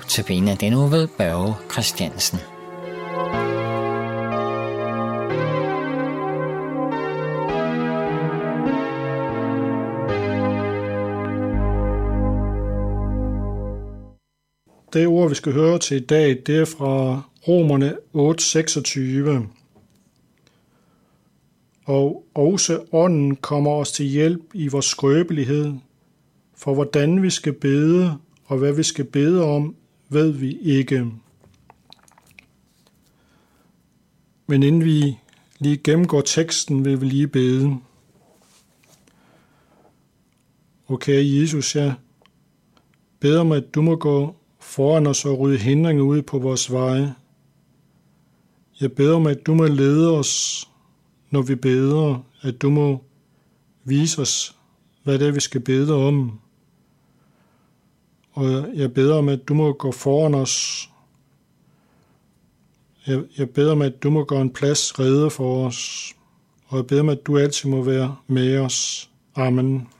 Tabene den uge ved Børge Christiansen. Det ord, vi skal høre til i dag, det er fra Romerne 8:26. Og også ånden kommer os til hjælp i vores skrøbelighed, for hvordan vi skal bede og hvad vi skal bede om, ved vi ikke. Men inden vi lige gennemgår teksten, vil vi lige bede. Okay, Jesus, jeg beder mig, at du må gå foran os og rydde hindringer ud på vores veje. Jeg beder mig, at du må lede os, når vi beder, at du må vise os, hvad det er, vi skal bede om. Og jeg beder om, at du må gå foran os. Jeg beder om, at du må gøre en plads rede for os. Og jeg beder om, at du altid må være med os. Amen.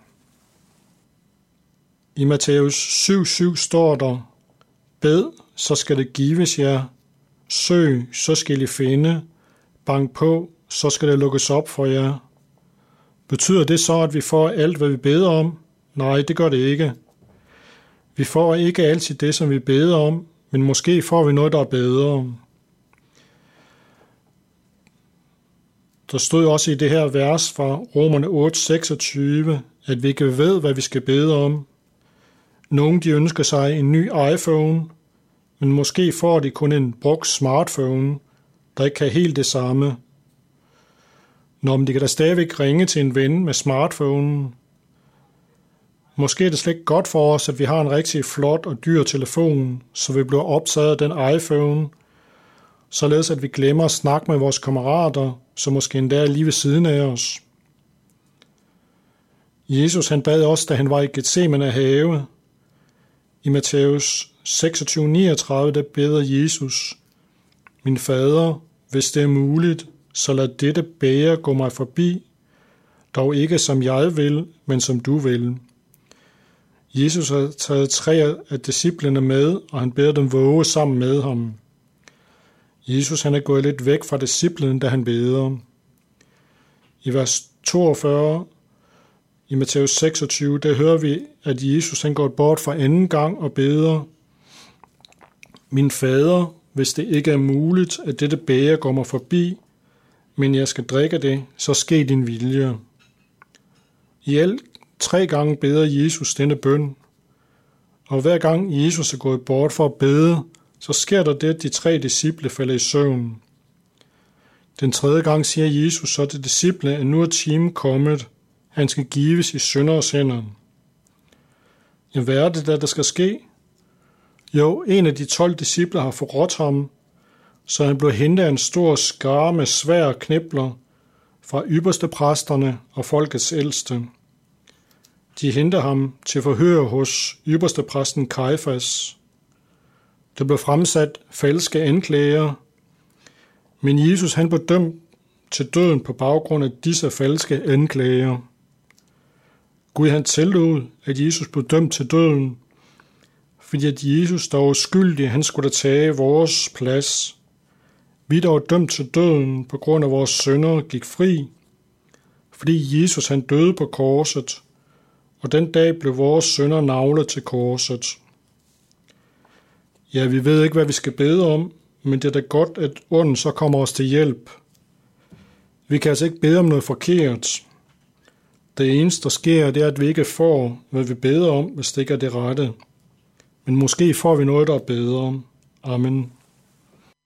I Matthæus 7:7 står der: Bed, så skal det gives jer. Søg, så skal I finde. Bank på, så skal det lukkes op for jer. Betyder det så, at vi får alt, hvad vi beder om? Nej, det gør det ikke. Vi får ikke altid det, som vi beder om, men måske får vi noget, der er bedre. Der stod også i det her vers fra Romerne 8:26, at vi ikke ved, hvad vi skal bede om. Nogle de ønsker sig en ny iPhone, men måske får de kun en brugt smartphone, der ikke kan helt det samme. Men de kan da stadigvæk ringe til en ven med smartphonen. Måske er det slet ikke godt for os, at vi har en rigtig flot og dyr telefon, så vi bliver optaget af den iPhone, således at vi glemmer at snakke med vores kammerater, som måske endda er lige ved siden af os. Jesus han bad også, da han var i Getsemane have. I Matthæus 26:39, der beder Jesus: Min fader, hvis det er muligt, så lad dette bæger gå mig forbi, dog ikke som jeg vil, men som du vil. Jesus har taget 3 af disciplene med, og han beder dem våge sammen med ham. Jesus han er gået lidt væk fra disciplene, da han beder. I vers 42 i Matthæus 26, der hører vi, at Jesus han går bort for anden gang og beder: Min fader, hvis det ikke er muligt, at dette bæger går mig forbi, men jeg skal drikke det, så ske din vilje. I alt 3 gange beder Jesus denne bøn, og hver gang Jesus er gået bort for at bede, så sker der det, at de 3 disciple falder i søvn. Den 3. gang siger Jesus så til disciple, at nu er timen kommet, han skal gives i synderes hænder. Ja, hvad er det der skal ske? Jo, en af de 12 disciple har forrådt ham, så han blev hentet af en stor skare med svære knibler fra ypperste præsterne og folkets ældste. De hentede ham til forhør hos ypperste præsten Kajfas. Der blev fremsat falske anklager, men Jesus han blev dømt til døden på baggrund af disse falske anklager. Gud han tillod, at Jesus blev dømt til døden, fordi at Jesus, der var skyldig, han skulle da tage vores plads. Vi, der var dømt til døden på grund af vores synder, gik fri, fordi Jesus han døde på korset, og den dag blev vores synder naglet til korset. Ja, vi ved ikke, hvad vi skal bede om, men det er da godt, at ånden så kommer os til hjælp. Vi kan altså ikke bede om noget forkert. Det eneste, der sker, det er, at vi ikke får, hvad vi beder om, hvis det ikke er det rette. Men måske får vi noget, der er bedre. Amen.